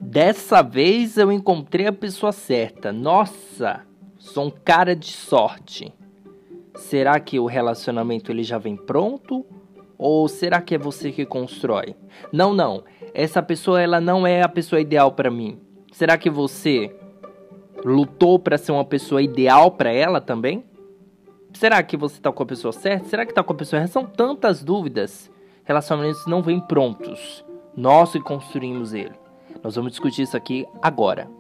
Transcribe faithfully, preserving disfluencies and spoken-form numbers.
Dessa vez eu encontrei a pessoa certa. Nossa, sou um cara de sorte. Será que o relacionamento ele já vem pronto? Ou será que é você que constrói? Não, não. Essa pessoa ela não é a pessoa ideal pra mim. Será que você lutou pra ser uma pessoa ideal pra ela também? Será que você tá com a pessoa certa? Será que tá com a pessoa errada? São tantas dúvidas. Relacionamentos não vêm prontos. Nós que construímos ele. Nós vamos discutir isso aqui agora.